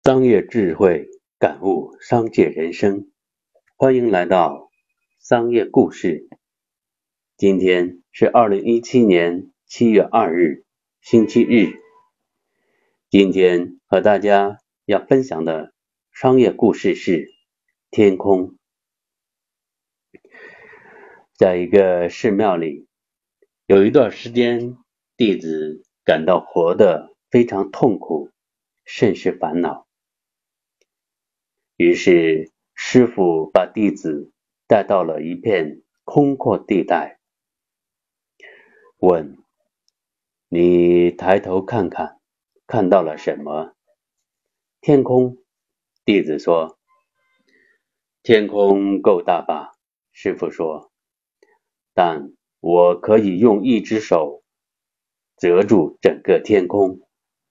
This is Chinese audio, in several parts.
商业智慧，感悟商界人生。欢迎来到商业故事。今天是2017年7月2日，星期日。今天和大家要分享的商业故事是天空。在一个寺庙里，有一段时间，弟子感到活得非常痛苦，甚是烦恼。于是师父把弟子带到了一片空阔地带，问：你抬头看看，看到了什么？天空。弟子说。天空够大吧？师父说。但我可以用一只手遮住整个天空。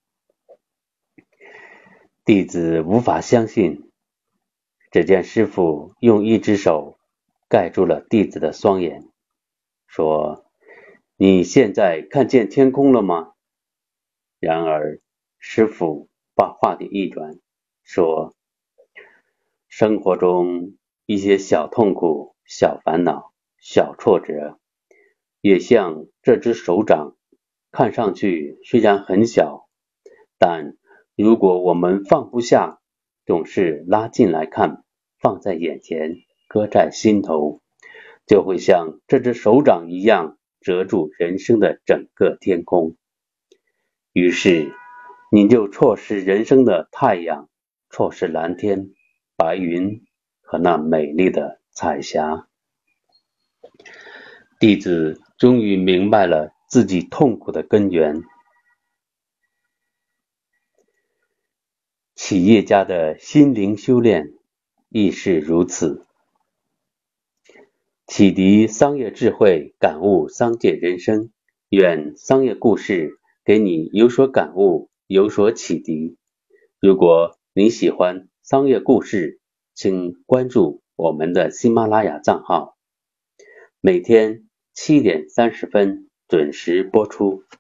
弟子无法相信，只见师父用一只手盖住了弟子的双眼，说：你现在看见天空了吗？然而师父把话题一转，说：生活中一些小痛苦、小烦恼、小挫折，也像这只手掌，看上去虽然很小，但如果我们放不下，总是拉近来看，放在眼前，搁在心头，就会像这只手掌一样遮住人生的整个天空。于是你就错失人生的太阳，错失蓝天、白云和那美丽的彩霞。弟子终于明白了自己痛苦的根源。企业家的心灵修炼亦是如此。启迪商业智慧，感悟商界人生。愿商业故事给你有所感悟，有所启迪。如果你喜欢商业故事，请关注我们的喜马拉雅账号，每天7点30分准时播出。